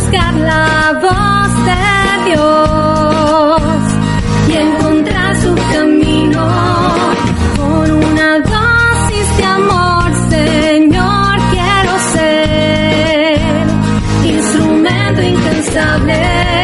buscar la voz de Dios y encontrar su camino con una dosis de amor, Señor, quiero ser instrumento incansable.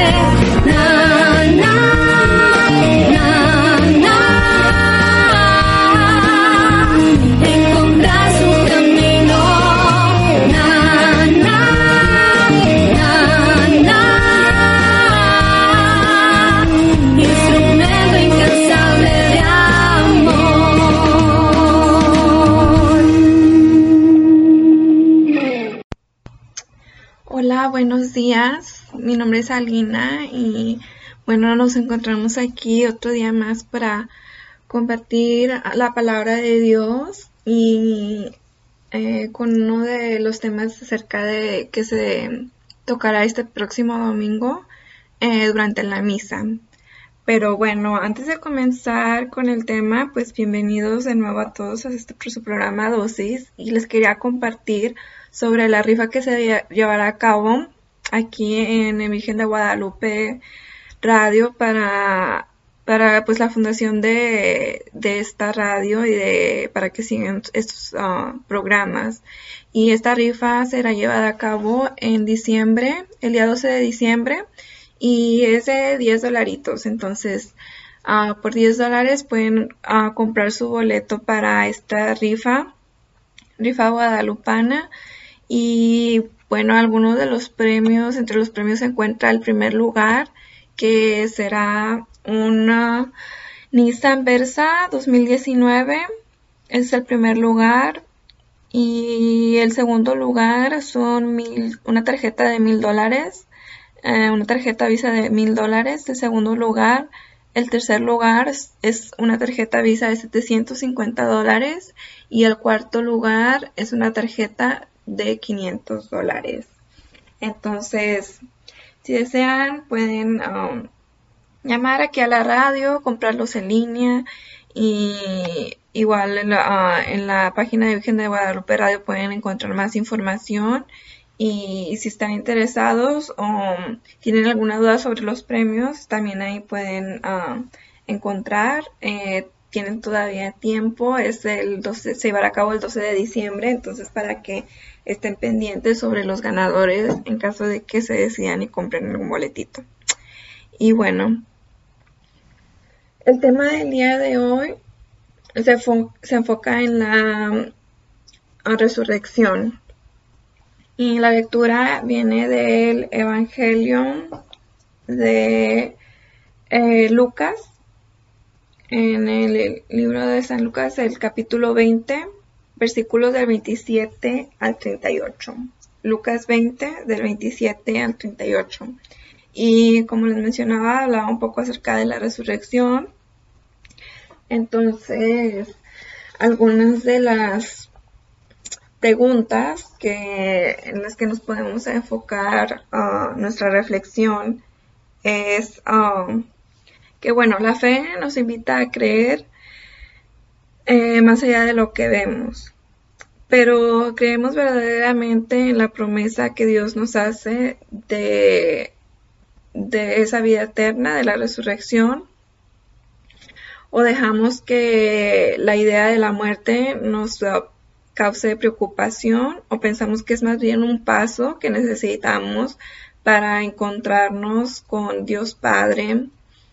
Hola, buenos días. Mi nombre es Alina y bueno, nos encontramos aquí otro día más para compartir la palabra de Dios y con uno de los temas acerca de que se tocará este próximo domingo durante la misa. Pero bueno, antes de comenzar con el tema, pues bienvenidos de nuevo a todos a su programa Dosis, y les quería compartir sobre la rifa que se llevará a cabo aquí en el Virgen de Guadalupe Radio para pues la fundación de esta radio y para que sigan estos programas. Y esta rifa será llevada a cabo en diciembre, el día 12 de diciembre, y es de $10. Entonces, por $10 pueden comprar su boleto para esta rifa guadalupana. Y bueno, algunos de los premios, entre los premios se encuentra el primer lugar, que será una Nissan Versa 2019, es el primer lugar. Y el segundo lugar son una tarjeta de $1,000, una tarjeta Visa de $1,000. El segundo lugar, el tercer lugar es una tarjeta Visa de $750, y el cuarto lugar es una tarjeta de $500. Entonces, si desean, pueden llamar aquí a la radio, comprarlos en línea, y igual en la página de Virgen de Guadalupe Radio pueden encontrar más información. Y si están interesados o tienen alguna duda sobre los premios, también ahí pueden encontrar. Tienen todavía tiempo, se llevará a cabo el 12 de diciembre, entonces para que estén pendientes sobre los ganadores en caso de que se decidan y compren algún boletito. Y bueno, el tema del día de hoy se enfoca en la resurrección. Y la lectura viene del Evangelio de Lucas, en el libro de San Lucas, el capítulo 20, versículos del 27 al 38. Lucas 20, del 27 al 38. Y como les mencionaba, hablaba un poco acerca de la resurrección. Entonces, algunas de las preguntas en las que nos podemos enfocar nuestra reflexión es que bueno, la fe nos invita a creer más allá de lo que vemos, pero creemos verdaderamente en la promesa que Dios nos hace de esa vida eterna, de la resurrección, o dejamos que la idea de la muerte nos cause preocupación, o pensamos que es más bien un paso que necesitamos para encontrarnos con Dios Padre,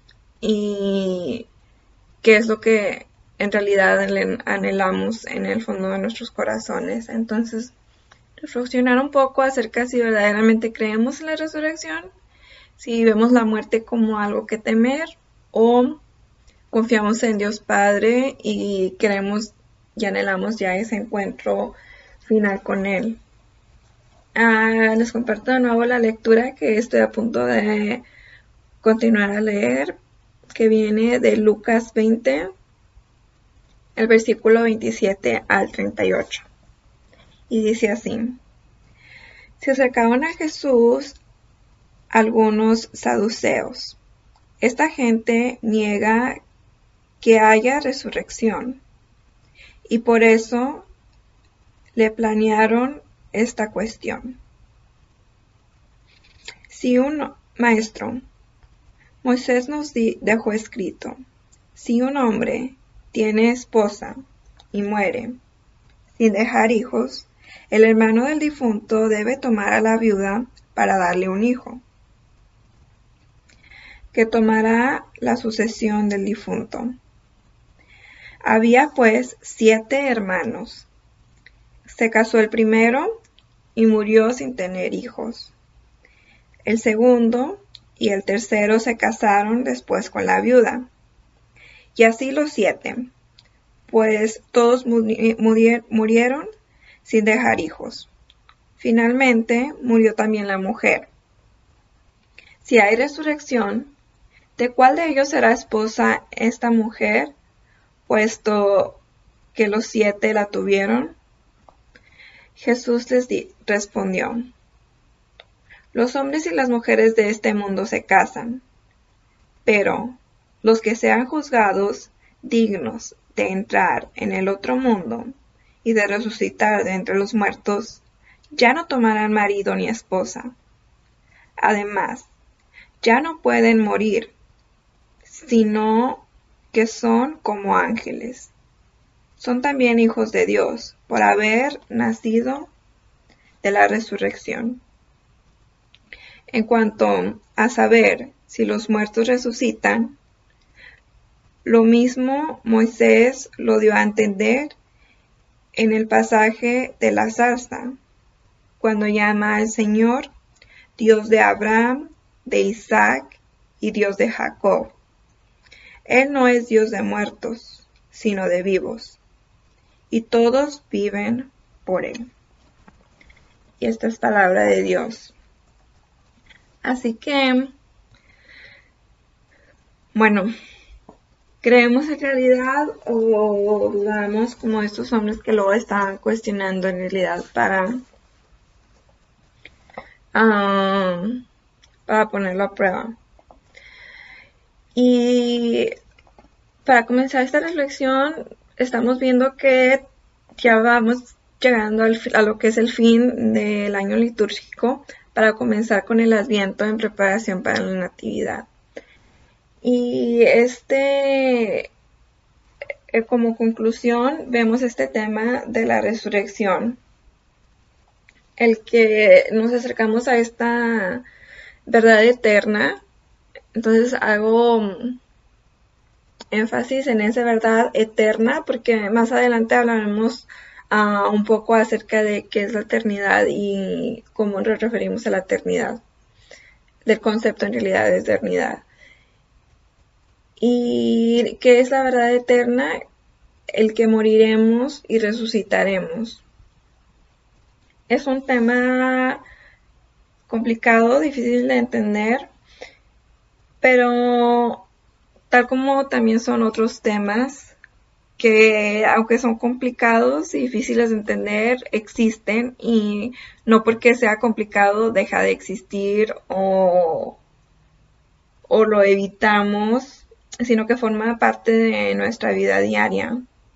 y qué es lo que en realidad anhelamos en el fondo de nuestros corazones. Entonces, reflexionar un poco acerca si verdaderamente creemos en la resurrección, si vemos la muerte como algo que temer, o confiamos en Dios Padre y queremos y anhelamos ya ese encuentro final con Él. Les comparto de nuevo la lectura que estoy a punto de continuar a leer, que viene de Lucas 20, el versículo 27 al 38. Y dice así: Se acercaban a Jesús algunos saduceos. Esta gente niega que haya resurrección, y por eso le planearon esta cuestión. Maestro, Moisés nos dejó escrito, si un hombre tiene esposa y muere sin dejar hijos, el hermano del difunto debe tomar a la viuda para darle un hijo, que tomará la sucesión del difunto. Había pues 7 hermanos. Se casó el primero y murió sin tener hijos. El segundo y el tercero se casaron después con la viuda. Y así los 7, pues todos murieron sin dejar hijos. Finalmente murió también la mujer. Si hay resurrección, ¿de cuál de ellos será esposa esta mujer, puesto que los 7 la tuvieron? Jesús les respondió, los hombres y las mujeres de este mundo se casan, pero los que sean juzgados dignos de entrar en el otro mundo y de resucitar de entre los muertos, ya no tomarán marido ni esposa. Además, ya no pueden morir, sino que son como ángeles. Son también hijos de Dios por haber nacido de la resurrección. En cuanto a saber si los muertos resucitan, lo mismo Moisés lo dio a entender en el pasaje de la zarza, cuando llama al Señor Dios de Abraham, de Isaac y Dios de Jacob. Él no es Dios de muertos, sino de vivos, y todos viven por Él. Y esta es palabra de Dios. Así que, bueno, ¿creemos en realidad o dudamos como estos hombres que luego estaban cuestionando en realidad para ponerlo a prueba? Y para comenzar esta reflexión, estamos viendo que ya vamos llegando a lo que es el fin del año litúrgico para comenzar con el Adviento en preparación para la Natividad. Y como conclusión, vemos este tema de la resurrección, el que nos acercamos a esta verdad eterna. Entonces hago énfasis en esa verdad eterna porque más adelante hablaremos un poco acerca de qué es la eternidad y cómo nos referimos a la eternidad, del concepto en realidad de eternidad. ¿Y qué es la verdad eterna? El que moriremos y resucitaremos. Es un tema complicado, difícil de entender, pero tal como también son otros temas que, aunque son complicados y difíciles de entender, existen, y no porque sea complicado deja de existir o lo evitamos, sino que forma parte de nuestra vida diaria.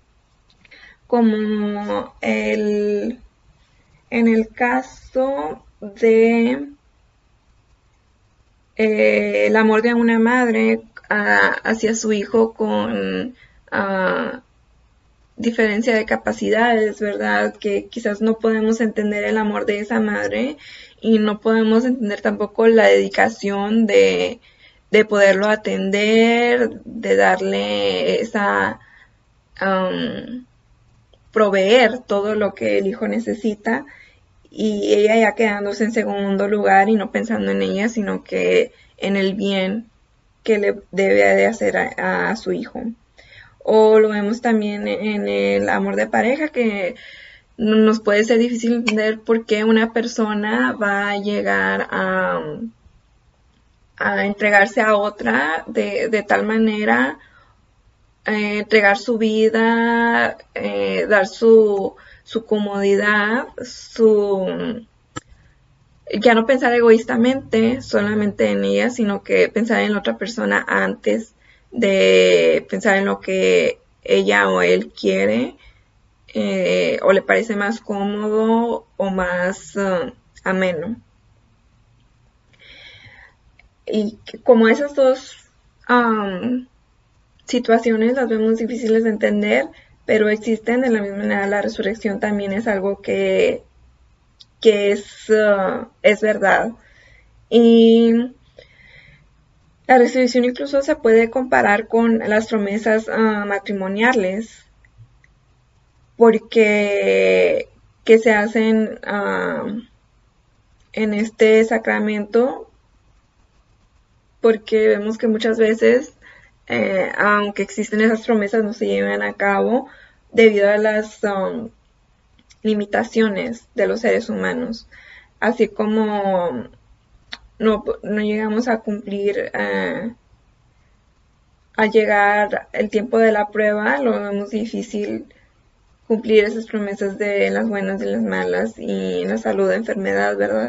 Como en el caso de el amor de una madre hacia su hijo con diferencia de capacidades, ¿verdad? Que quizás no podemos entender el amor de esa madre y no podemos entender tampoco la dedicación de poderlo atender, de darle esa proveer todo lo que el hijo necesita, y ella ya quedándose en segundo lugar y no pensando en ella, sino que en el bien que le debe de hacer a su hijo. O lo vemos también en el amor de pareja, que nos puede ser difícil entender por qué una persona va a llegar a entregarse a otra de tal manera, entregar su vida, dar su comodidad, ya no pensar egoístamente solamente en ella, sino que pensar en la otra persona antes de pensar en lo que ella o él quiere, o le parece más cómodo o más ameno. Y como esas dos situaciones las vemos difíciles de entender, pero existen de la misma manera. La resurrección también es algo que es verdad. Y la resurrección incluso se puede comparar con las promesas matrimoniales, porque que se hacen en este sacramento, porque vemos que muchas veces, aunque existen esas promesas, no se llevan a cabo debido a las limitaciones de los seres humanos, así como no llegamos a cumplir, al llegar el tiempo de la prueba, lo vemos difícil cumplir esas promesas de las buenas y las malas y en la salud, enfermedad, ¿verdad?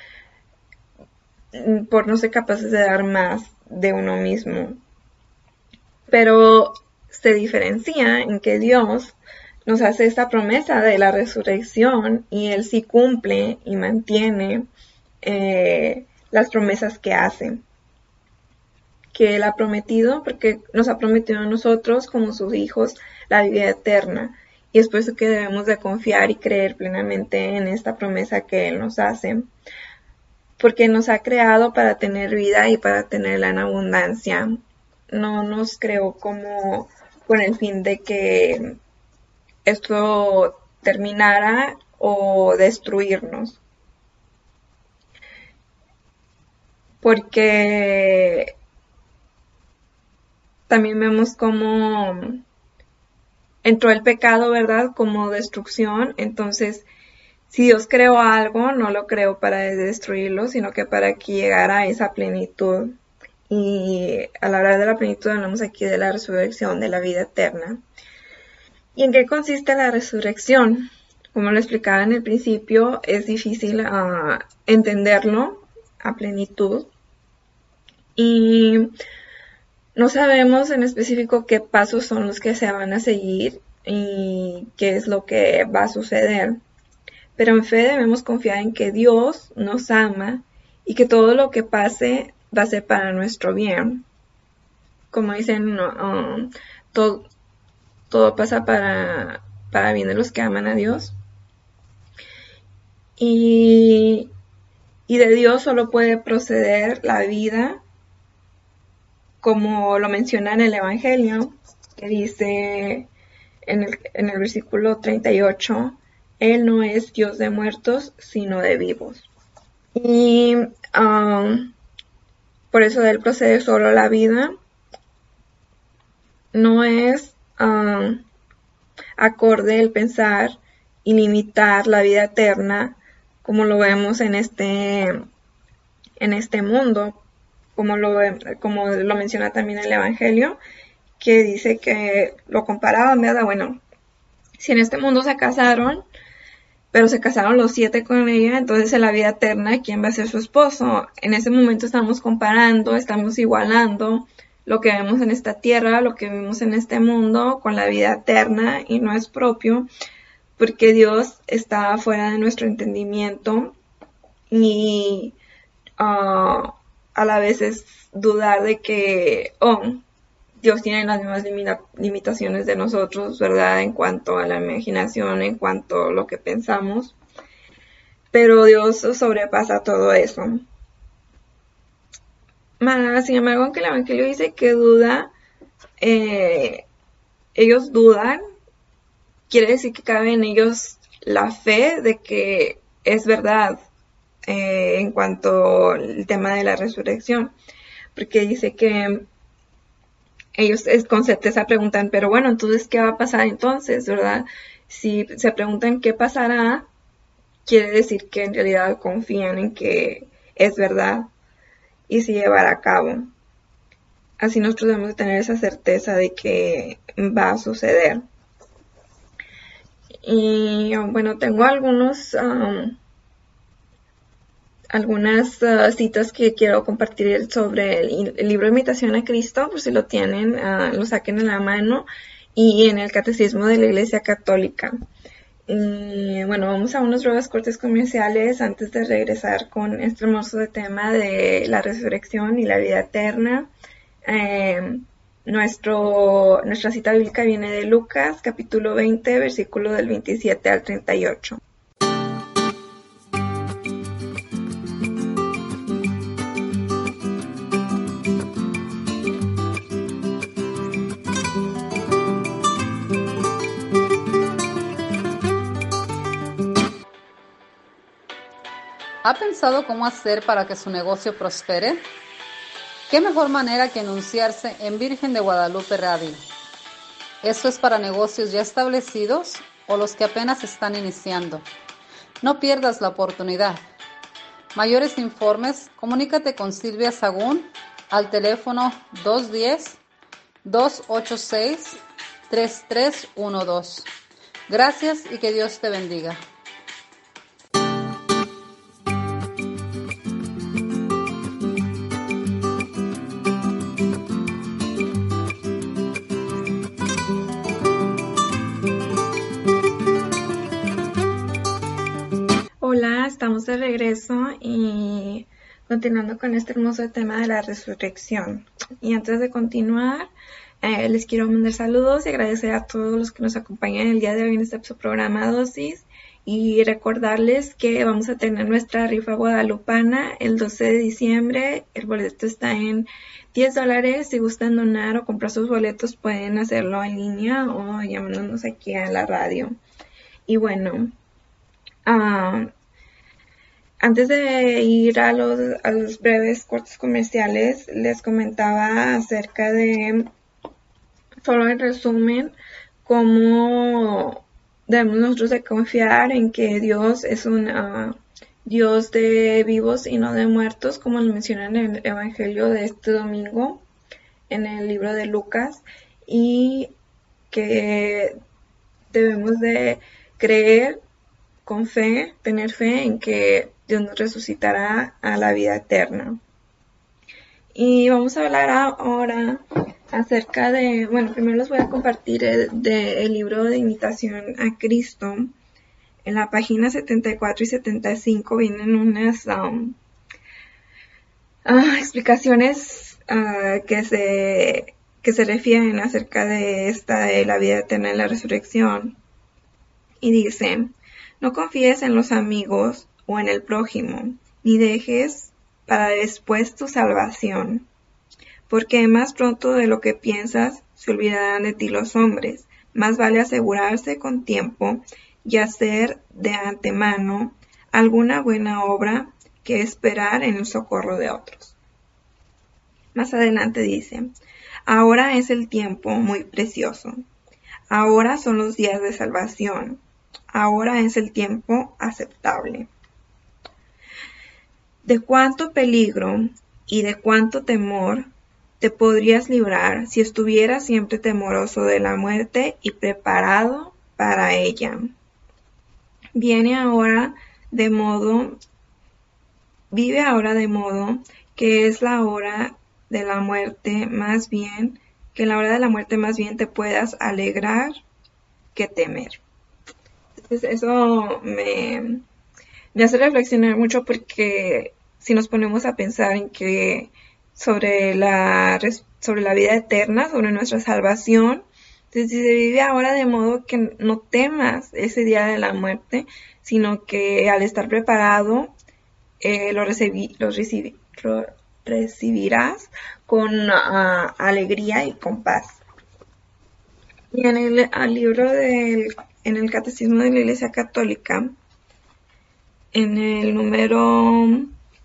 Por no ser capaces de dar más de uno mismo. Pero se diferencia en que Dios nos hace esta promesa de la resurrección y Él sí cumple y mantiene las promesas que hace, que Él ha prometido, porque nos ha prometido a nosotros como sus hijos la vida eterna. Y es por eso que debemos de confiar y creer plenamente en esta promesa que Él nos hace, porque nos ha creado para tener vida y para tenerla en abundancia. No nos creó como con el fin de que esto terminara o destruirnos. Porque también vemos cómo entró el pecado, ¿verdad? Como destrucción. Entonces, si Dios creó algo, no lo creó para destruirlo, sino que para que llegara a esa plenitud. Y a la hora de la plenitud hablamos aquí de la resurrección, de la vida eterna. ¿Y en qué consiste la resurrección? Como lo explicaba en el principio, es difícil entenderlo a plenitud. Y no sabemos en específico qué pasos son los que se van a seguir y qué es lo que va a suceder. Pero en fe debemos confiar en que Dios nos ama y que todo lo que pase va a ser para nuestro bien. Como dicen, todo pasa para bien de los que aman a Dios. Y de Dios solo puede proceder la vida, como lo menciona en el Evangelio, que dice en el versículo 38, Él no es Dios de muertos, sino de vivos. Y por eso de Él procede solo la vida. No es acorde el pensar y limitar la vida eterna como lo vemos en este mundo, como lo menciona también el Evangelio, que dice que lo comparaban, ¿verdad? Bueno, si en este mundo se casaron, pero se casaron los 7 con ella, entonces en la vida eterna, ¿quién va a ser su esposo? En ese momento estamos comparando, estamos igualando lo que vemos en esta tierra, lo que vemos en este mundo, con la vida eterna, y no es propio, porque Dios está fuera de nuestro entendimiento, y a la vez es dudar de que, Dios tiene las mismas limitaciones de nosotros, ¿verdad? En cuanto a la imaginación, en cuanto a lo que pensamos. Pero Dios sobrepasa todo eso. Sin embargo, aunque el Evangelio dice que duda, ellos dudan, quiere decir que cabe en ellos la fe de que es verdad en cuanto al tema de la resurrección. Porque dice que ellos con certeza preguntan, pero bueno, entonces, ¿qué va a pasar entonces, verdad? Si se preguntan qué pasará, quiere decir que en realidad confían en que es verdad y se llevará a cabo. Así nosotros debemos tener esa certeza de que va a suceder. Y bueno, tengo algunas citas que quiero compartir sobre el libro Imitación a Cristo, por si lo tienen, lo saquen en la mano, y en el Catecismo de la Iglesia Católica. Y bueno, vamos a unos breves cortes comerciales antes de regresar con este hermoso tema de la resurrección y la vida eterna. Nuestra cita bíblica viene de Lucas, capítulo 20, versículo del 27 al 38. ¿Ha pensado cómo hacer para que su negocio prospere? ¿Qué mejor manera que anunciarse en Virgen de Guadalupe Radio? ¿Eso es para negocios ya establecidos o los que apenas están iniciando? No pierdas la oportunidad. Mayores informes, comunícate con Silvia Sagún al teléfono 210-286-3312. Gracias y que Dios te bendiga. Hola, estamos de regreso y continuando con este hermoso tema de la resurrección. Y antes de continuar, les quiero mandar saludos y agradecer a todos los que nos acompañan el día de hoy en este programa Dosis y recordarles que vamos a tener nuestra rifa guadalupana el 12 de diciembre. El boleto está en $10. Si gustan donar o comprar sus boletos pueden hacerlo en línea o llamándonos aquí a la radio. Y bueno, antes de ir a los breves cortes comerciales, les comentaba acerca de, solo en resumen, cómo debemos nosotros de confiar en que Dios es un Dios de vivos y no de muertos, como lo menciona en el Evangelio de este domingo, en el libro de Lucas, y que debemos de creer con fe, tener fe en que Dios nos resucitará a la vida eterna. Y vamos a hablar ahora acerca de, bueno, primero les voy a compartir el libro de Imitación a Cristo. En la página 74 y 75 vienen unas explicaciones que se refieren acerca de la vida eterna y la resurrección. Y dice: no confíes en los amigos o en el prójimo, ni dejes para después tu salvación, porque más pronto de lo que piensas se olvidarán de ti los hombres. Más vale asegurarse con tiempo y hacer de antemano alguna buena obra que esperar en el socorro de otros. Más adelante dice: ahora es el tiempo muy precioso. Ahora son los días de salvación. Ahora es el tiempo aceptable. ¿De cuánto peligro y de cuánto temor te podrías librar si estuvieras siempre temeroso de la muerte y preparado para ella? Vive ahora de modo que es la hora de la muerte más bien, que en la hora de la muerte más bien te puedas alegrar que temer. Entonces eso me hace reflexionar mucho, porque si nos ponemos a pensar en que sobre la vida eterna, sobre nuestra salvación, entonces se vive ahora de modo que no temas ese día de la muerte, sino que al estar preparado lo recibirás con alegría y con paz. Y en el libro en el Catecismo de la Iglesia Católica, en el número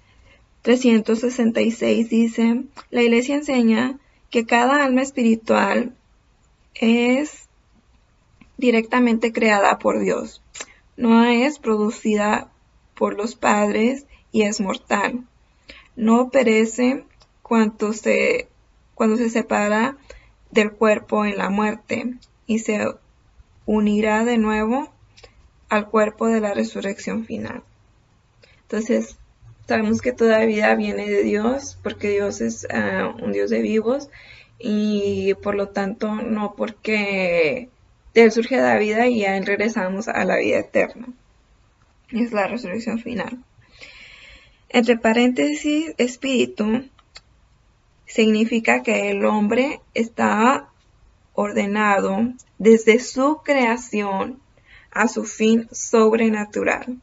366 dice: la Iglesia enseña que cada alma espiritual es directamente creada por Dios, no es producida por los padres y es mortal. No perece cuando se separa del cuerpo en la muerte y se unirá de nuevo al cuerpo de la resurrección final. Entonces, sabemos que toda vida viene de Dios, porque Dios es un Dios de vivos, y por lo tanto no porque de él surge la vida y a él regresamos a la vida eterna. Es la resurrección final. Entre paréntesis, espíritu significa que el hombre está ordenado desde su creación a su fin sobrenatural.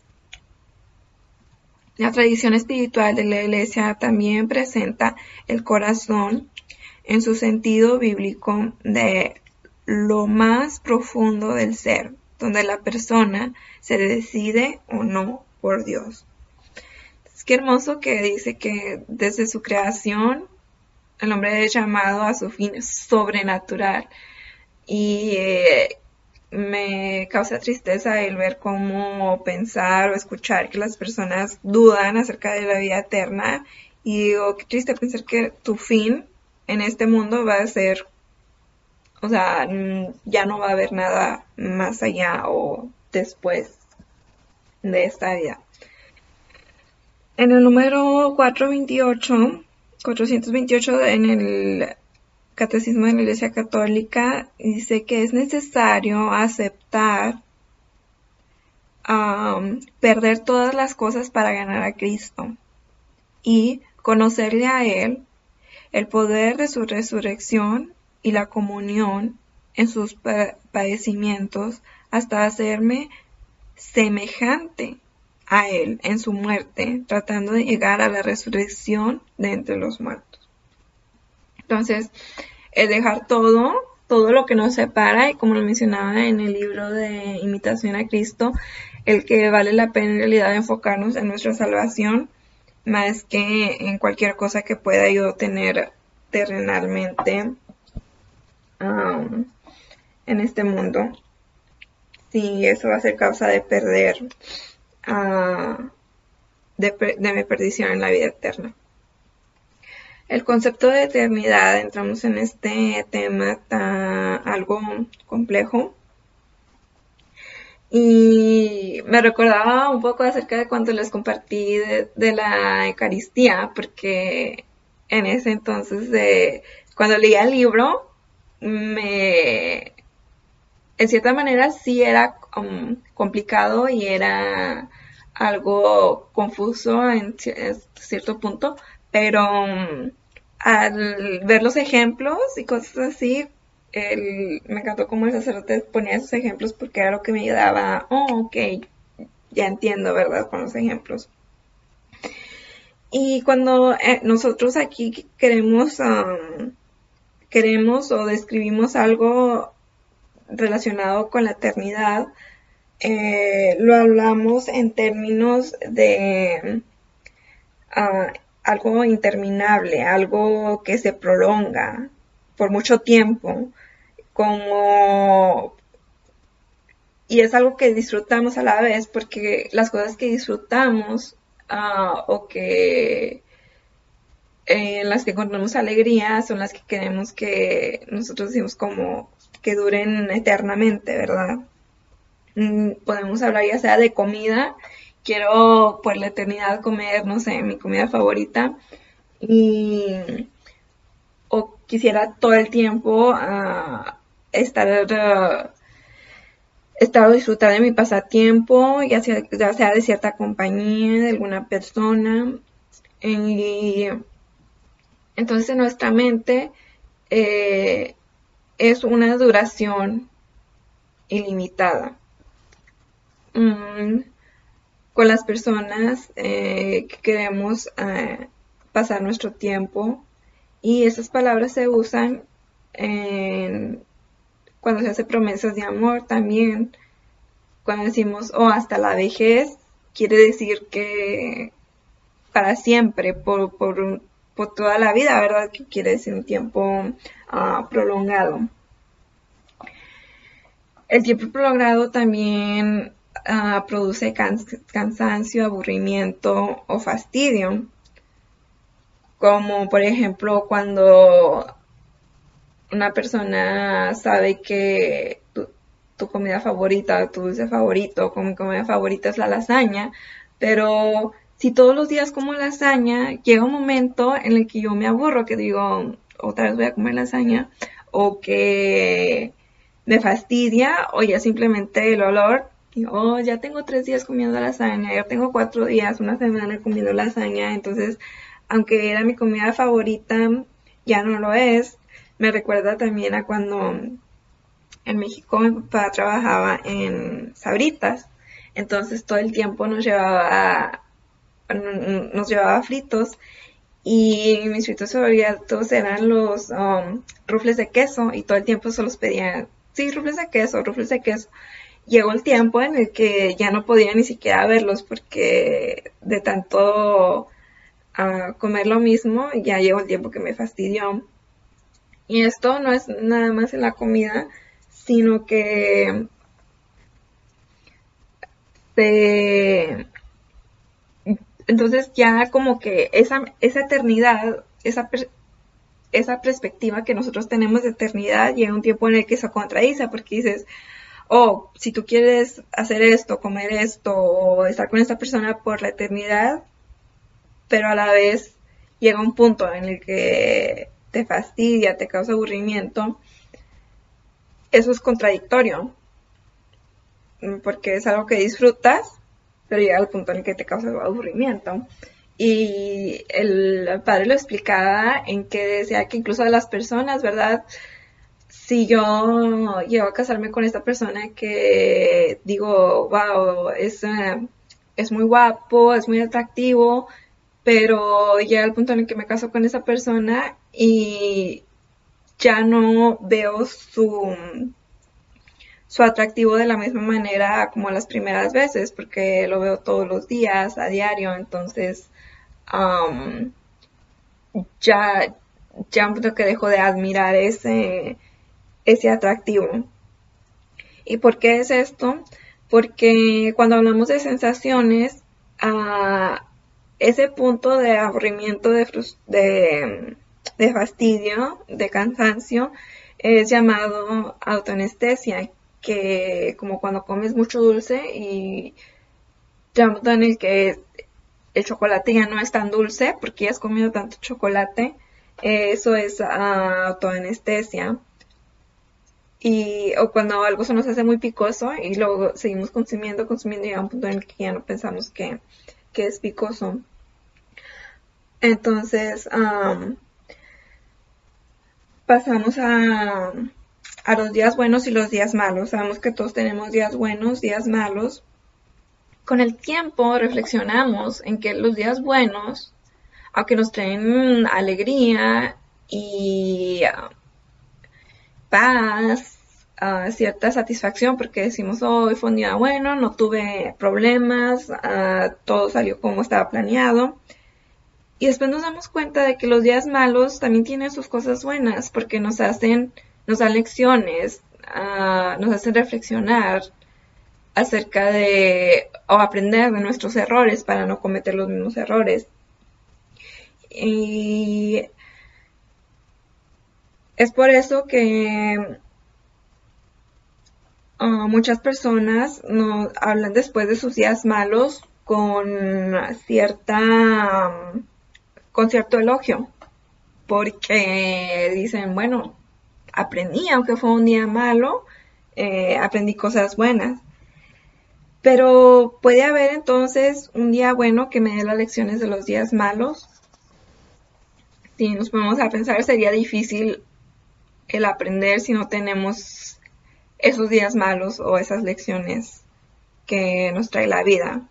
La tradición espiritual de la Iglesia también presenta el corazón en su sentido bíblico de lo más profundo del ser, donde la persona se decide o no por Dios. Es que hermoso que dice que desde su creación el hombre es llamado a su fin sobrenatural y me causa tristeza el ver cómo pensar o escuchar que las personas dudan acerca de la vida eterna y digo, qué triste pensar que tu fin en este mundo va a ser, o sea, ya no va a haber nada más allá o después de esta vida. En el número 428 en el Catecismo de la Iglesia Católica dice que es necesario aceptar perder todas las cosas para ganar a Cristo y conocerle a Él, el poder de su resurrección y la comunión en sus padecimientos hasta hacerme semejante a Él en su muerte, tratando de llegar a la resurrección de entre los muertos. Entonces, el dejar todo lo que nos separa, y como lo mencionaba en el libro de Imitación a Cristo, el que vale la pena en realidad enfocarnos en nuestra salvación, más que en cualquier cosa que pueda yo tener terrenalmente en este mundo. Sí, eso va a ser causa de perder, de mi perdición en la vida eterna. El concepto de eternidad, entramos en este tema algo complejo y me recordaba un poco acerca de cuando les compartí de la Eucaristía, porque en ese entonces, cuando leía el libro, en cierta manera sí era complicado y era algo confuso en cierto punto, pero al ver los ejemplos y cosas así, me encantó cómo el sacerdote ponía esos ejemplos porque era lo que me ayudaba. Ok, ya entiendo, ¿verdad? Con los ejemplos. Y cuando nosotros aquí queremos o describimos algo relacionado con la eternidad, lo hablamos en términos de algo interminable, algo que se prolonga por mucho tiempo, y es algo que disfrutamos a la vez, porque las cosas que disfrutamos o que en las que encontramos alegría son las que queremos que nosotros decimos como que duren eternamente, ¿verdad? Podemos hablar ya sea de comida. Quiero por la eternidad comer, no sé, mi comida favorita o quisiera todo el tiempo estar o disfrutar de mi pasatiempo, ya sea de cierta compañía, de alguna persona. Y entonces en nuestra mente es una duración ilimitada. Con las personas que queremos pasar nuestro tiempo, y esas palabras se usan cuando se hace promesas de amor también. Cuando decimos hasta la vejez, quiere decir que para siempre, por toda la vida, ¿verdad? Que quiere decir un tiempo prolongado. El tiempo prolongado también produce cansancio, aburrimiento o fastidio, como por ejemplo cuando una persona sabe que tu comida favorita, tu dulce favorito, como mi comida favorita es la lasaña, pero si todos los días como lasaña, llega un momento en el que yo me aburro, que digo, otra vez voy a comer lasaña, o que me fastidia o ya simplemente el olor. Y, oh, ya tengo 3 días comiendo lasaña, ya tengo 4 días, una semana comiendo lasaña, entonces, aunque era mi comida favorita, ya no lo es. Me recuerda también a cuando en México mi papá trabajaba en Sabritas, entonces todo el tiempo nos llevaba fritos y mis fritos favoritos eran los rufles de queso y todo el tiempo se los pedía, sí, rufles de queso, rufles de queso. Llegó el tiempo en el que ya no podía ni siquiera verlos porque de tanto comer lo mismo, ya llegó el tiempo que me fastidió. Y esto no es nada más en la comida, sino que entonces ya como que esa eternidad, esa perspectiva que nosotros tenemos de eternidad, llega un tiempo en el que se contradice porque dices, oh, si tú quieres hacer esto, comer esto o estar con esta persona por la eternidad, pero a la vez llega un punto en el que te fastidia, te causa aburrimiento, eso es contradictorio, porque es algo que disfrutas, pero llega al punto en el que te causa aburrimiento. Y el padre lo explicaba en que decía que incluso de las personas, ¿verdad? Si yo llego a casarme con esta persona que digo, wow, es muy guapo, es muy atractivo, pero llega el punto en el que me caso con esa persona y ya no veo su atractivo de la misma manera como las primeras veces, porque lo veo todos los días, a diario, entonces ya un punto que dejo de admirar ese atractivo. ¿Y por qué es esto? Porque cuando hablamos de sensaciones, ese punto de aburrimiento, de fastidio, de cansancio, es llamado autoanestesia, que como cuando comes mucho dulce y ya en el que el chocolate ya no es tan dulce porque ya has comido tanto chocolate, eso es autoanestesia. O cuando algo se nos hace muy picoso y luego seguimos consumiendo y llega un punto en el que ya no pensamos que es picoso. Entonces, pasamos a los días buenos y los días malos. Sabemos que todos tenemos días buenos, días malos. Con el tiempo reflexionamos en que los días buenos, aunque nos traen alegría y paz, cierta satisfacción, porque decimos, hoy fue un día bueno, no tuve problemas, todo salió como estaba planeado. Y después nos damos cuenta de que los días malos también tienen sus cosas buenas, porque nos dan lecciones, nos hacen reflexionar acerca o aprender de nuestros errores para no cometer los mismos errores. Y es por eso que muchas personas nos hablan después de sus días malos con cierto elogio, porque dicen, bueno, aprendí, aunque fue un día malo, aprendí cosas buenas. Pero puede haber entonces un día bueno que me dé las lecciones de los días malos. Si nos ponemos a pensar, sería difícil el aprender si no tenemos esos días malos o esas lecciones que nos trae la vida.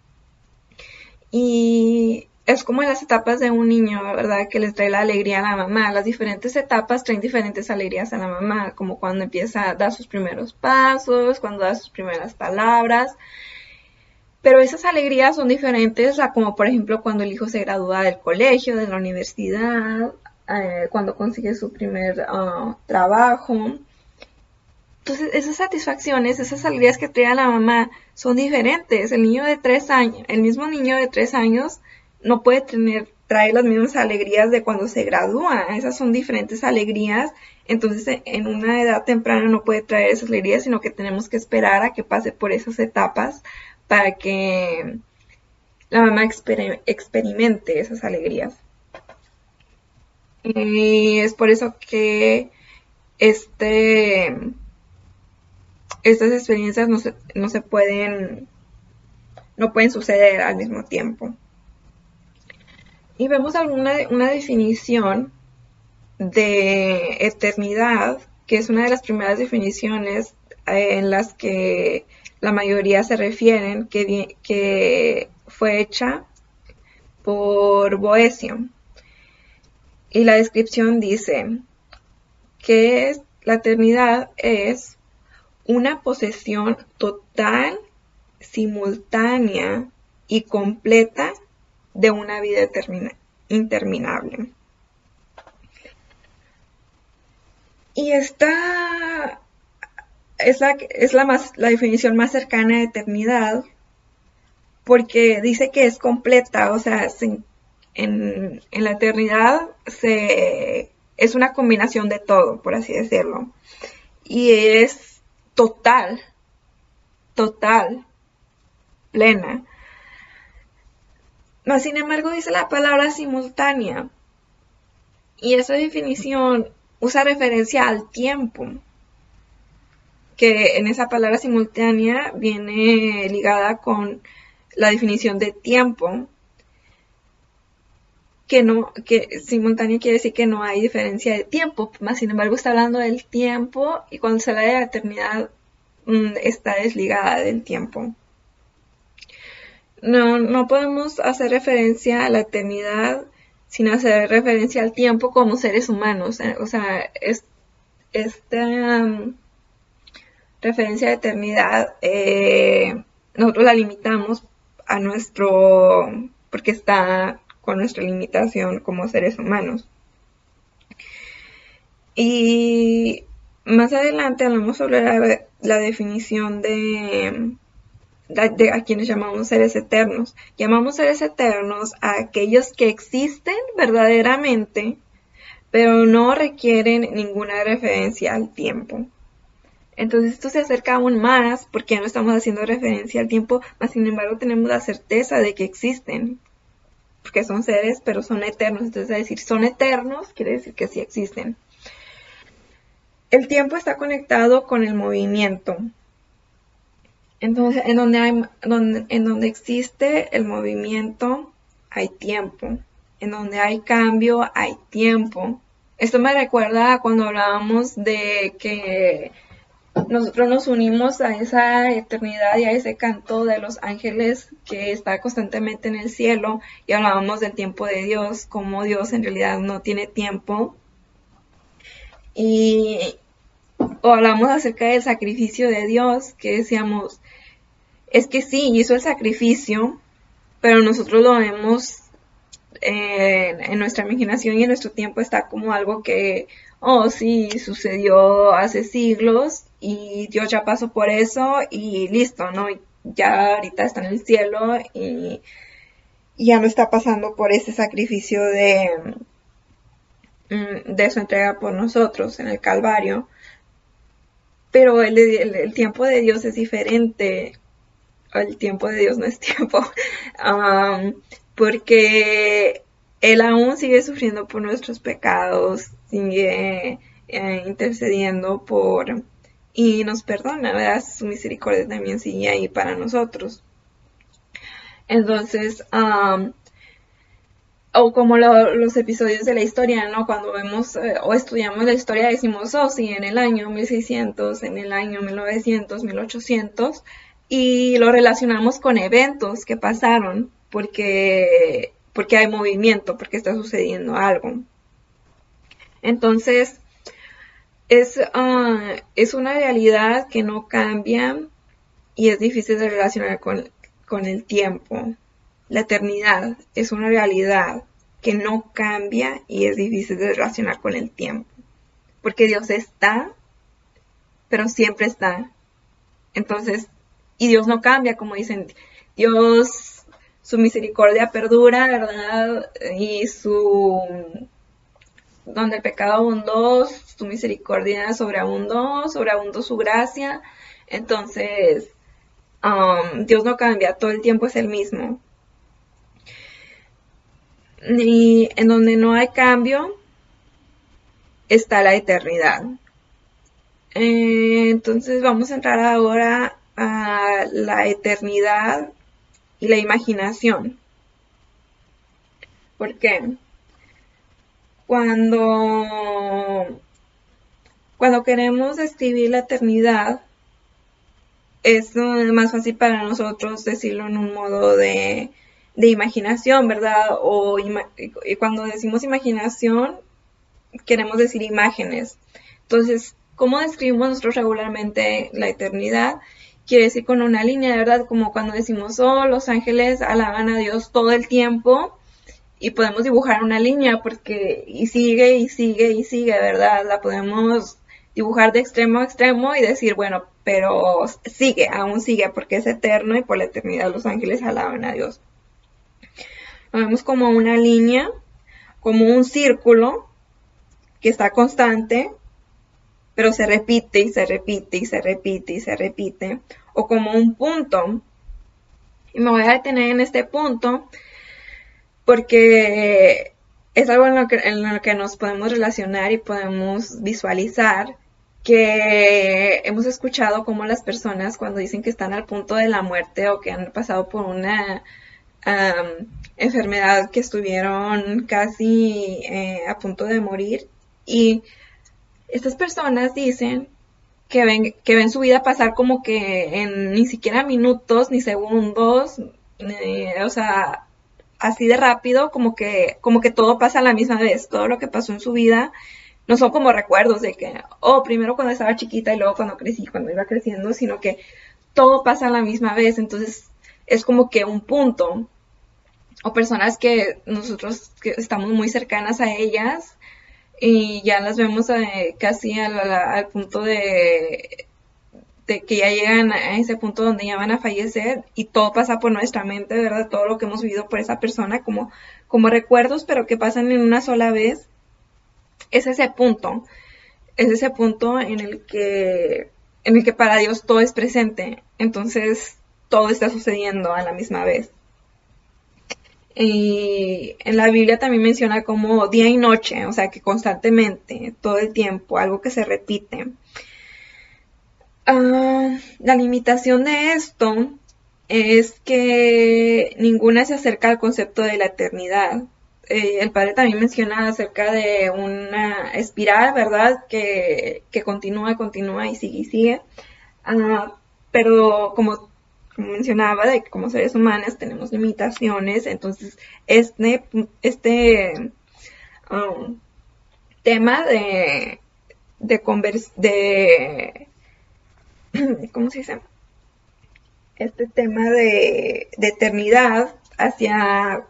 Y es como en las etapas de un niño, ¿verdad? Que les trae la alegría a la mamá. Las diferentes etapas traen diferentes alegrías a la mamá, como cuando empieza a dar sus primeros pasos, cuando da sus primeras palabras. Pero esas alegrías son diferentes a como, por ejemplo, cuando el hijo se gradúa del colegio, de la universidad, cuando consigue su primer trabajo. Entonces, esas satisfacciones, esas alegrías que trae a la mamá son diferentes. El mismo niño de 3 años no puede traer las mismas alegrías de cuando se gradúa. Esas son diferentes alegrías. Entonces, en una edad temprana no puede traer esas alegrías, sino que tenemos que esperar a que pase por esas etapas para que la mamá experimente esas alegrías. Y es por eso que estas experiencias no pueden suceder al mismo tiempo. Y vemos una definición de eternidad, que es una de las primeras definiciones en las que la mayoría se refieren, que fue hecha por Boecio. Y la descripción dice que la eternidad es una posesión total, simultánea y completa de una vida interminable. Y esta es la definición más cercana de eternidad, porque dice que es completa, o sea, en la eternidad es una combinación de todo, por así decirlo, y es total, plena. No, sin embargo, dice la palabra simultánea, y esa definición usa referencia al tiempo, que en esa palabra simultánea viene ligada con la definición de tiempo, que simultáneo quiere decir que no hay diferencia de tiempo, más sin embargo está hablando del tiempo, y cuando se habla de la eternidad está desligada del tiempo. No podemos hacer referencia a la eternidad sin hacer referencia al tiempo como seres humanos. O sea, esta referencia a eternidad nosotros la limitamos porque está con nuestra limitación como seres humanos. Y más adelante hablamos sobre la definición de a quienes llamamos seres eternos. Llamamos seres eternos a aquellos que existen verdaderamente, pero no requieren ninguna referencia al tiempo. Entonces esto se acerca aún más porque ya no estamos haciendo referencia al tiempo, mas sin embargo tenemos la certeza de que existen, porque son seres, pero son eternos. Entonces, al decir son eternos, quiere decir que sí existen. El tiempo está conectado con el movimiento. Entonces, en donde existe el movimiento, hay tiempo. En donde hay cambio, hay tiempo. Esto me recuerda a cuando hablábamos de que nosotros nos unimos a esa eternidad y a ese canto de los ángeles que está constantemente en el cielo, y hablábamos del tiempo de Dios, como Dios en realidad no tiene tiempo. O hablamos acerca del sacrificio de Dios, que decíamos, es que sí, hizo el sacrificio, pero nosotros lo vemos en nuestra imaginación y en nuestro tiempo está como algo que, sí, sucedió hace siglos y Dios ya pasó por eso y listo, ¿no? Ya ahorita está en el cielo y ya no está pasando por ese sacrificio de su entrega por nosotros en el Calvario. Pero el tiempo de Dios es diferente. El tiempo de Dios no es tiempo. Porque Él aún sigue sufriendo por nuestros pecados, sigue intercediendo y nos perdona, ¿verdad? Su misericordia también sigue ahí para nosotros. Entonces, o como los episodios de la historia, ¿no? Cuando vemos o estudiamos la historia decimos, sí, en el año 1600, en el año 1900, 1800, y lo relacionamos con eventos que pasaron, porque hay movimiento, porque está sucediendo algo. Entonces, es una realidad que no cambia y es difícil de relacionar con el tiempo. La eternidad es una realidad que no cambia y es difícil de relacionar con el tiempo. Porque Dios está, pero siempre está. Entonces, y Dios no cambia, como dicen, Dios, su misericordia perdura, ¿verdad? Y donde el pecado abundó, su misericordia sobreabundó su gracia. Entonces, Dios no cambia, todo el tiempo es el mismo. Y en donde no hay cambio está la eternidad. Entonces vamos a entrar ahora a la eternidad y la imaginación. ¿Por qué? Cuando queremos describir la eternidad, es más fácil para nosotros decirlo en un modo de imaginación, ¿verdad? Y cuando decimos imaginación, queremos decir imágenes. Entonces, ¿cómo describimos nosotros regularmente la eternidad? Quiere decir con una línea, ¿verdad? Como cuando decimos, oh, los ángeles alaban a Dios todo el tiempo, y podemos dibujar una línea porque y sigue y sigue y sigue, ¿verdad? La podemos dibujar de extremo a extremo y decir, bueno, pero sigue, aún sigue porque es eterno y por la eternidad los ángeles alaban a Dios. Lo vemos como una línea, como un círculo que está constante, pero se repite y se repite y se repite y se repite, o como un punto. Y me voy a detener en este punto porque es algo en lo que nos podemos relacionar y podemos visualizar, que hemos escuchado como las personas cuando dicen que están al punto de la muerte o que han pasado por una enfermedad, que estuvieron casi a punto de morir, y estas personas dicen que ven su vida pasar como que en ni siquiera minutos ni segundos, o sea, así de rápido, como que todo pasa a la misma vez. Todo lo que pasó en su vida no son como recuerdos de que, oh, primero cuando estaba chiquita y luego cuando crecí, cuando iba creciendo, sino que todo pasa a la misma vez. Entonces es como que un punto, o personas que nosotros que estamos muy cercanas a ellas y ya las vemos casi al punto de que ya llegan a ese punto donde ya van a fallecer y todo pasa por nuestra mente, ¿verdad? Todo lo que hemos vivido por esa persona como recuerdos, pero que pasan en una sola vez. Es ese punto en el que para Dios todo es presente. Entonces todo está sucediendo a la misma vez. Y en la Biblia también menciona como día y noche, o sea que constantemente, todo el tiempo, algo que se repite. La limitación de esto es que ninguna se acerca al concepto de la eternidad. El padre también menciona acerca de una espiral, ¿verdad? Que continúa y sigue. Pero como mencionaba, de que como seres humanos tenemos limitaciones, entonces este tema ¿cómo se dice? Este tema de eternidad hacia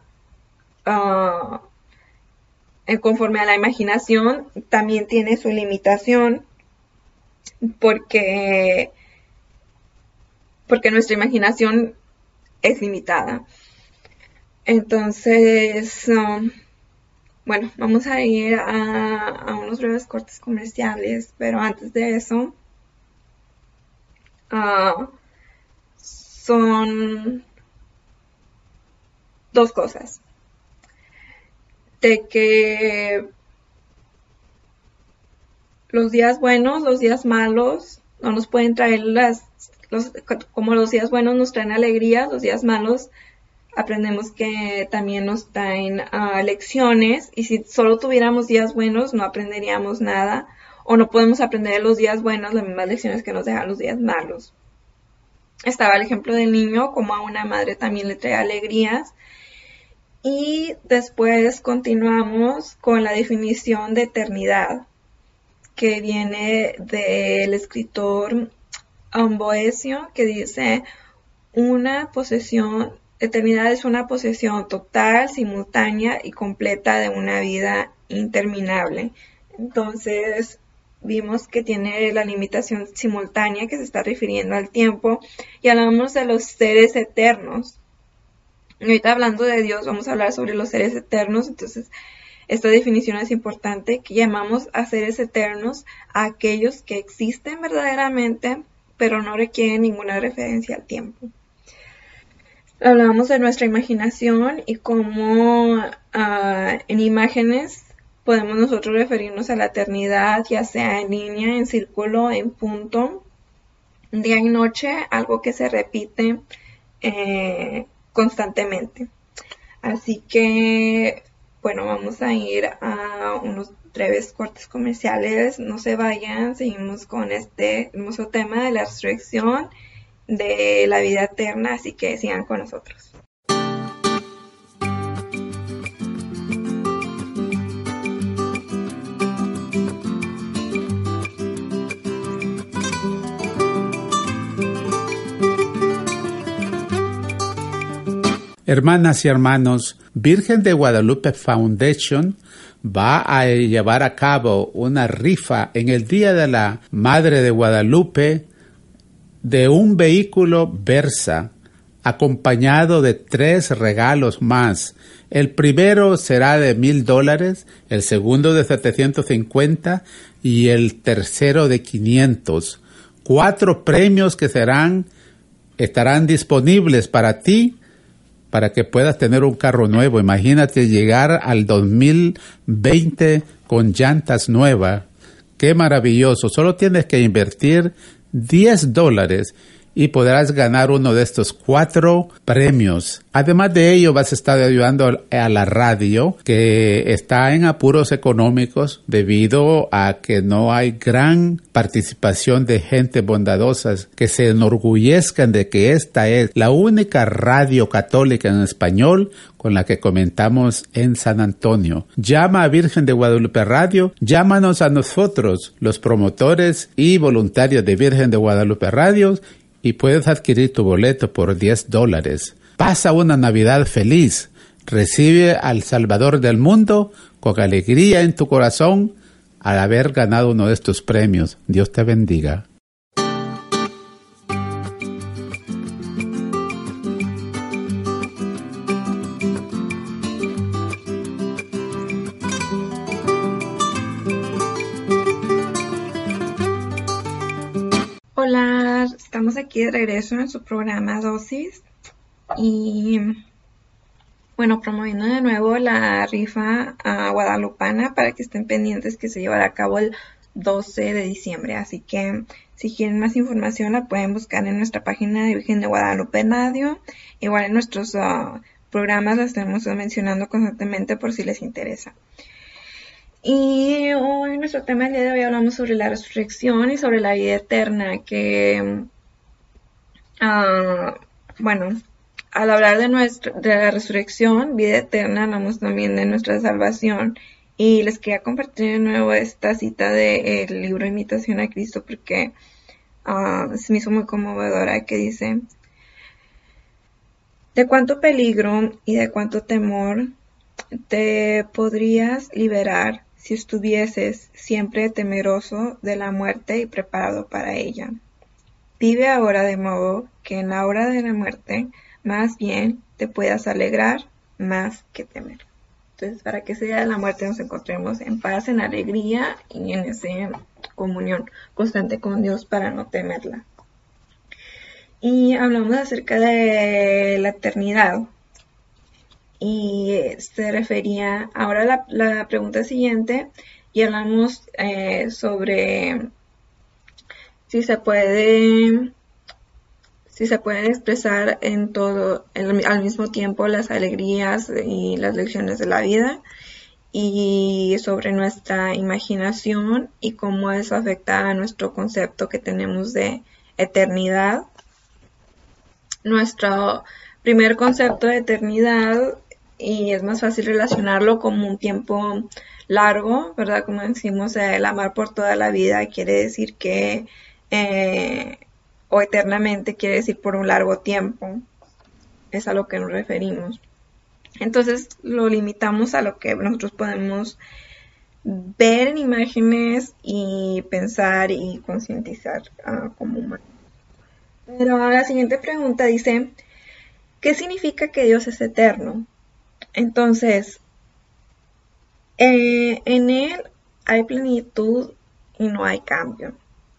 conforme a la imaginación también tiene su limitación, porque nuestra imaginación es limitada. Entonces, bueno, vamos a ir a unos breves cortes comerciales, pero antes de eso, son dos cosas. De que los días buenos, los días malos, no nos pueden traer como los días buenos nos traen alegría, los días malos aprendemos que también nos traen lecciones, y si solo tuviéramos días buenos no aprenderíamos nada, o no podemos aprender de los días buenos las mismas lecciones que nos dejan los días malos. Estaba el ejemplo del niño, como a una madre también le trae alegrías. Y después continuamos con la definición de eternidad, que viene del escritor Boecio, que dice: eternidad es una posesión total, simultánea y completa de una vida interminable. Entonces vimos que tiene la limitación simultánea, que se está refiriendo al tiempo, y hablamos de los seres eternos. Y ahorita, hablando de Dios, vamos a hablar sobre los seres eternos. Entonces esta definición es importante, que llamamos a seres eternos a aquellos que existen verdaderamente, pero no requieren ninguna referencia al tiempo. Hablábamos de nuestra imaginación y cómo en imágenes podemos nosotros referirnos a la eternidad, ya sea en línea, en círculo, en punto, día y noche, algo que se repite constantemente. Así que, bueno, vamos a ir a unos breves cortes comerciales. No se vayan, seguimos con este hermoso tema de la resurrección, de la vida eterna, así que sigan con nosotros. Hermanas y hermanos, Virgen de Guadalupe Foundation va a llevar a cabo una rifa en el Día de la Madre de Guadalupe de un vehículo Versa, acompañado de 3 regalos más. El primero será de $1,000, el segundo de 750 y el tercero de 500. 4 premios que estarán disponibles para ti, para que puedas tener un carro nuevo. Imagínate llegar al 2020 con llantas nuevas. ¡Qué maravilloso! Solo tienes que invertir $10 y podrás ganar uno de estos 4 premios. Además de ello, vas a estar ayudando a la radio, que está en apuros económicos debido a que no hay gran participación de gente bondadosa que se enorgullezcan de que esta es la única radio católica en español con la que comentamos en San Antonio. Llama a Virgen de Guadalupe Radio, llámanos a nosotros, los promotores y voluntarios de Virgen de Guadalupe Radio, y puedes adquirir tu boleto por $10. Pasa una Navidad feliz. Recibe al Salvador del mundo con alegría en tu corazón al haber ganado uno de estos premios. Dios te bendiga. Hola, estamos aquí de regreso en su programa Dosis y bueno, promoviendo de nuevo la rifa guadalupana para que estén pendientes, que se llevará a cabo el 12 de diciembre. Así que si quieren más información la pueden buscar en nuestra página de Virgen de Guadalupe Radio. Igual en nuestros programas la estamos mencionando constantemente por si les interesa. Y hoy nuestro tema del día de hoy hablamos sobre la resurrección y sobre la vida eterna, que bueno, al hablar de la resurrección, vida eterna, hablamos también de nuestra salvación. Y les quería compartir de nuevo esta cita del libro Imitación a Cristo, porque se me hizo muy conmovedora, que dice: ¿de cuánto peligro y de cuánto temor te podrías liberar si estuvieses siempre temeroso de la muerte y preparado para ella? Vive ahora de modo que en la hora de la muerte más bien te puedas alegrar más que temer. Entonces, para que ese día de la muerte nos encontremos en paz, en alegría y en esa comunión constante con Dios para no temerla. Y hablamos acerca de la eternidad. Y se refería, ahora la pregunta siguiente, y hablamos sobre si se puede expresar en todo, al mismo tiempo, las alegrías y las lecciones de la vida, y sobre nuestra imaginación y cómo eso afecta a nuestro concepto que tenemos de eternidad. Nuestro primer concepto de eternidad, y es más fácil relacionarlo como un tiempo largo, ¿verdad? Como decimos, el amar por toda la vida quiere decir que, o eternamente quiere decir por un largo tiempo, es a lo que nos referimos. Entonces lo limitamos a lo que nosotros podemos ver en imágenes y pensar y concientizar como humanos. Pero la siguiente pregunta dice: ¿qué significa que Dios es eterno? Entonces, en Él hay plenitud y no hay cambio.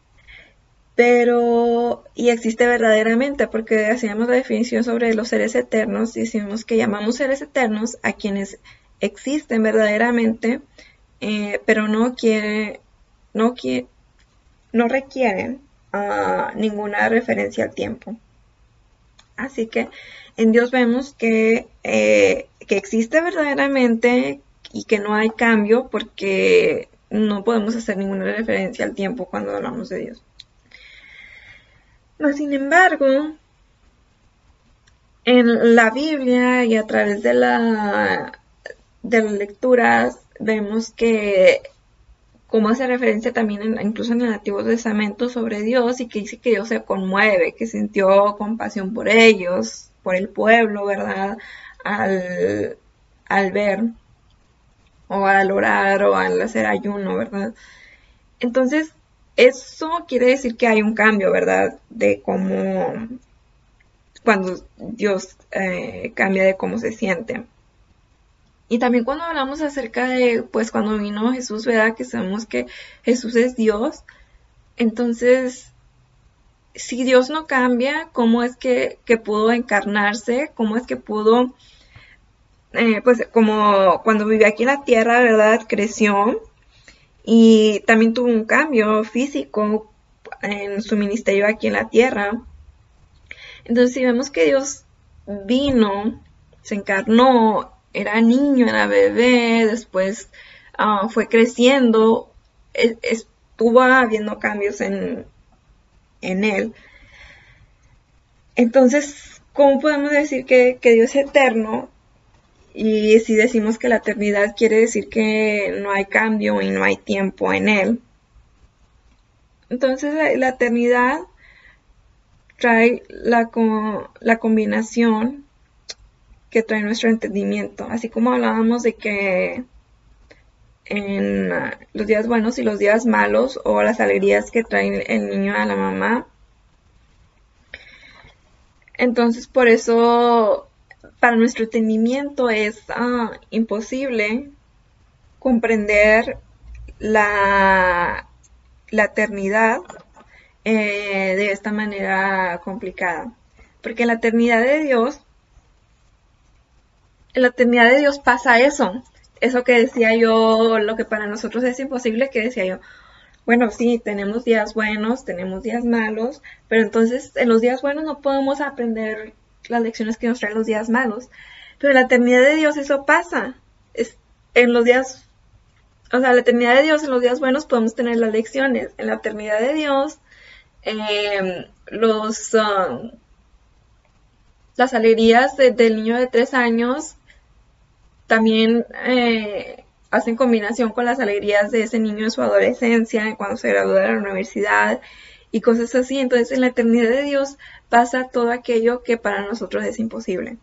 Pero, y existe verdaderamente, porque hacíamos la definición sobre los seres eternos, y decimos que llamamos seres eternos a quienes existen verdaderamente, pero no requieren ninguna referencia al tiempo. Así que en Dios vemos que existe verdaderamente y que no hay cambio, porque no podemos hacer ninguna referencia al tiempo cuando hablamos de Dios. Sin embargo, en la Biblia y a través de las lecturas vemos que como hace referencia también incluso en el Antiguo Testamento sobre Dios, y que dice que Dios se conmueve, que sintió compasión por ellos, por el pueblo, ¿verdad? Al ver, o al orar, o al hacer ayuno, ¿verdad? Entonces, eso quiere decir que hay un cambio, ¿verdad? De cómo, cuando Dios cambia de cómo se siente. Y también cuando hablamos acerca de, pues cuando vino Jesús, ¿verdad? Que sabemos que Jesús es Dios. Entonces, si Dios no cambia, ¿cómo es que pudo encarnarse? ¿Cómo es que pudo, pues como cuando vivió aquí en la tierra, ¿verdad? Creció y también tuvo un cambio físico en su ministerio aquí en la tierra. Entonces, si vemos que Dios vino, se encarnó, era niño, era bebé, después fue creciendo, estuvo habiendo cambios en él. Entonces, ¿cómo podemos decir que Dios es eterno? Y si decimos que la eternidad quiere decir que no hay cambio y no hay tiempo en él. Entonces, la eternidad trae la combinación que trae nuestro entendimiento, así como hablábamos de que en los días buenos y los días malos, o las alegrías que trae el niño a la mamá. Entonces, por eso, para nuestro entendimiento es imposible comprender la eternidad de esta manera complicada, porque en la eternidad de Dios pasa eso que decía yo, lo que para nosotros es imposible, que decía yo, bueno, sí, tenemos días buenos, tenemos días malos, pero entonces en los días buenos no podemos aprender las lecciones que nos traen los días malos, pero en la eternidad de Dios eso pasa, en los días, o sea, la eternidad de Dios, en los días buenos podemos tener las lecciones, en la eternidad de Dios, las alegrías del niño de 3 años también hacen combinación con las alegrías de ese niño en su adolescencia, cuando se gradúa de la universidad y cosas así. Entonces, en la eternidad de Dios pasa todo aquello que para nosotros es imposible.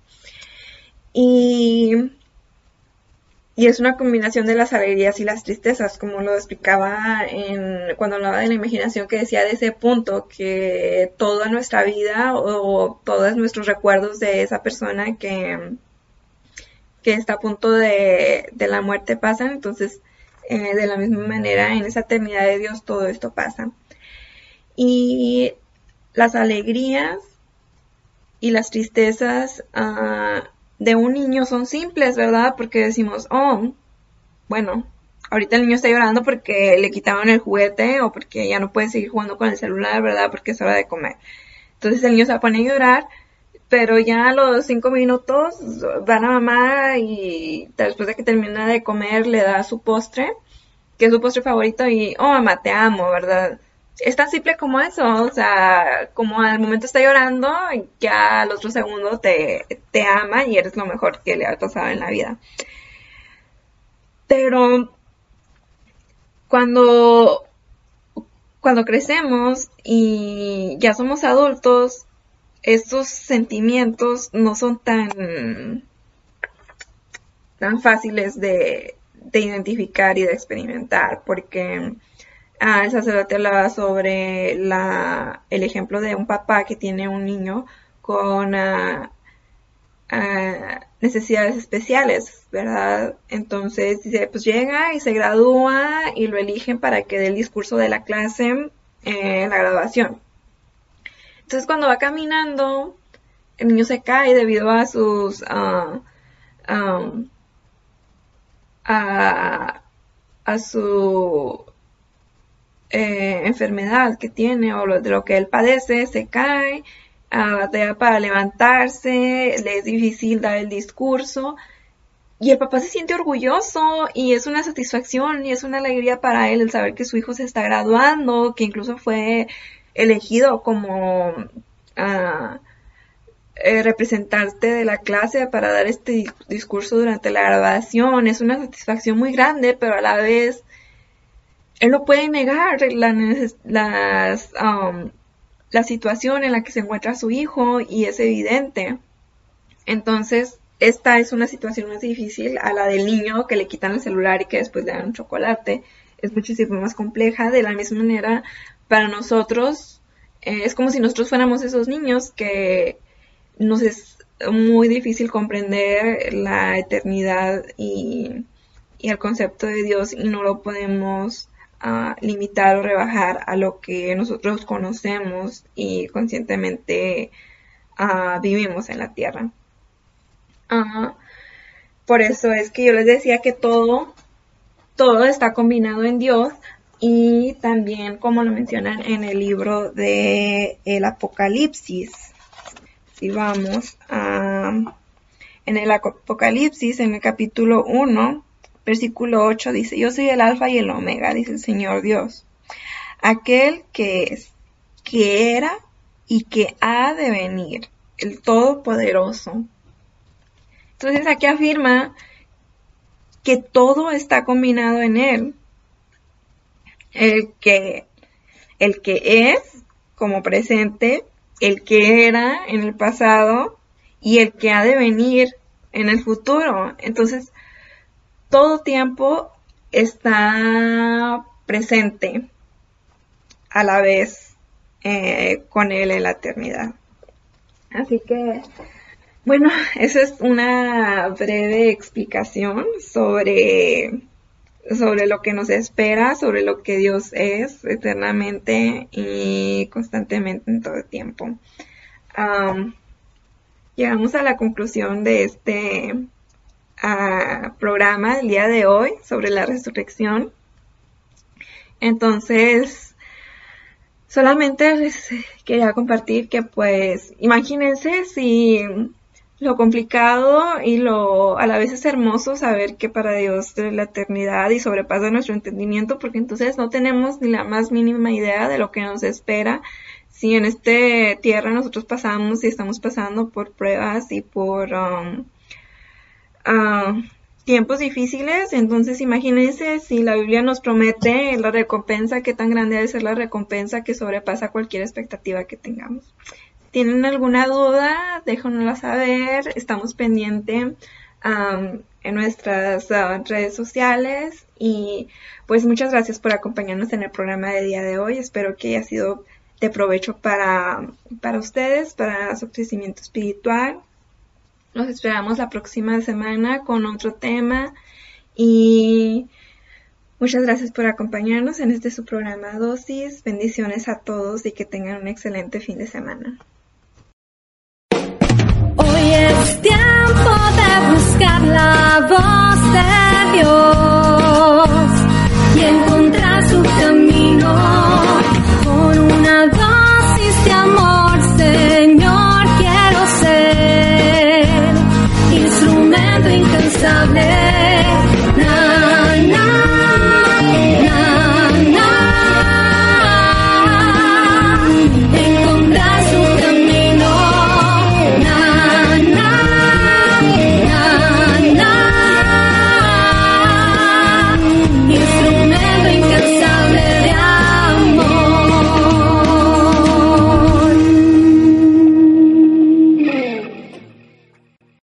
Y es una combinación de las alegrías y las tristezas, como lo explicaba cuando hablaba de la imaginación, que decía de ese punto que toda nuestra vida o todos nuestros recuerdos de esa persona que está a punto de la muerte pasan. Entonces, de la misma manera, en esa eternidad de Dios todo esto pasa. Y las alegrías y las tristezas de un niño son simples, ¿verdad? Porque decimos, bueno, ahorita el niño está llorando porque le quitaron el juguete o porque ya no puede seguir jugando con el celular, ¿verdad? Porque es hora de comer. Entonces el niño se pone a llorar, pero ya a los 5 minutos va la mamá y después de que termina de comer le da su postre, que es su postre favorito, y, mamá, te amo, ¿verdad? Es tan simple como eso, o sea, como al momento está llorando, ya al otro segundo te ama y eres lo mejor que le ha pasado en la vida. Pero cuando crecemos y ya somos adultos, estos sentimientos no son tan fáciles de identificar y de experimentar, porque el sacerdote hablaba sobre el ejemplo de un papá que tiene un niño con necesidades especiales, ¿verdad? Entonces dice, pues llega y se gradúa y lo eligen para que dé el discurso de la clase en la graduación. Entonces cuando va caminando, el niño se cae debido a sus su enfermedad que tiene o de lo que él padece, se cae, batalla para levantarse, le es difícil dar el discurso, y el papá se siente orgulloso y es una satisfacción y es una alegría para él el saber que su hijo se está graduando, que incluso fue elegido como representante de la clase para dar este discurso durante la graduación. Es una satisfacción muy grande, pero a la vez él no puede negar la situación en la que se encuentra su hijo, y es evidente. Entonces, esta es una situación más difícil a la del niño que le quitan el celular y que después le dan un chocolate. Es muchísimo más compleja. De la misma manera, para nosotros, es como si nosotros fuéramos esos niños que nos es muy difícil comprender la eternidad y el concepto de Dios, y no lo podemos limitar o rebajar a lo que nosotros conocemos y conscientemente vivimos en la tierra. Por eso es que yo les decía que todo está combinado en Dios, y también como lo mencionan en el libro de el Apocalipsis. Si vamos en el Apocalipsis, en el capítulo 1, versículo 8, dice: yo soy el alfa y el omega, dice el Señor Dios, aquel que es, que era y que ha de venir, el Todopoderoso. Entonces aquí afirma que todo está combinado en Él. El que es como presente, el que era en el pasado y el que ha de venir en el futuro. Entonces, todo tiempo está presente a la vez con Él en la eternidad. Así que, bueno, esa es una breve explicación sobre lo que nos espera, sobre lo que Dios es eternamente y constantemente en todo el tiempo. Llegamos a la conclusión de este programa del día de hoy sobre la resurrección. Entonces, solamente les quería compartir que, pues, imagínense si lo complicado y lo a la vez es hermoso saber que para Dios es la eternidad y sobrepasa nuestro entendimiento, porque entonces no tenemos ni la más mínima idea de lo que nos espera si en esta tierra nosotros pasamos y estamos pasando por pruebas y por tiempos difíciles. Entonces imagínense si la Biblia nos promete la recompensa, qué tan grande debe ser la recompensa que sobrepasa cualquier expectativa que tengamos. ¿Tienen alguna duda? Déjanosla saber. Estamos pendientes en nuestras redes sociales. Y pues muchas gracias por acompañarnos en el programa de día de hoy. Espero que haya sido de provecho para ustedes, para su crecimiento espiritual. Los esperamos la próxima semana con otro tema. Y muchas gracias por acompañarnos en su programa Dosis. Bendiciones a todos y que tengan un excelente fin de semana. Hoy es tiempo de buscar la voz de Dios y encontrar su camino. Con una dosis de amor, Señor, quiero ser instrumento incansable